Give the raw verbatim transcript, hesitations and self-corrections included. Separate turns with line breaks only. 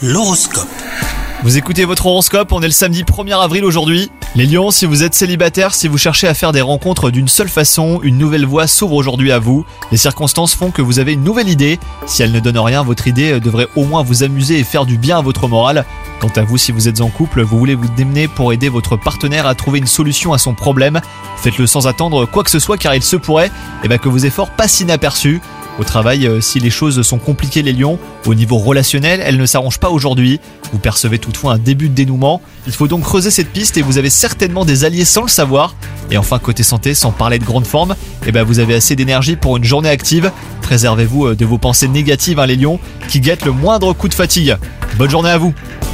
L'horoscope.
Vous écoutez votre horoscope, on est le samedi premier avril aujourd'hui. Les lions, si vous êtes célibataire, si vous cherchez à faire des rencontres d'une seule façon, une nouvelle voie s'ouvre aujourd'hui à vous. Les circonstances font que vous avez une nouvelle idée. Si elle ne donne rien, votre idée devrait au moins vous amuser et faire du bien à votre morale. Quant à vous, si vous êtes en couple, vous voulez vous démener pour aider votre partenaire à trouver une solution à son problème. Faites-le sans attendre quoi que ce soit car il se pourrait eh ben, que vos efforts passent inaperçus. Au travail, si les choses sont compliquées les lions, au niveau relationnel, elles ne s'arrangent pas aujourd'hui. Vous percevez toutefois un début de dénouement. Il faut donc creuser cette piste et vous avez certainement des alliés sans le savoir. Et enfin, côté santé, sans parler de grande forme, eh ben vous avez assez d'énergie pour une journée active. Préservez-vous de vos pensées négatives, hein, les lions, qui guettent le moindre coup de fatigue. Bonne journée à vous!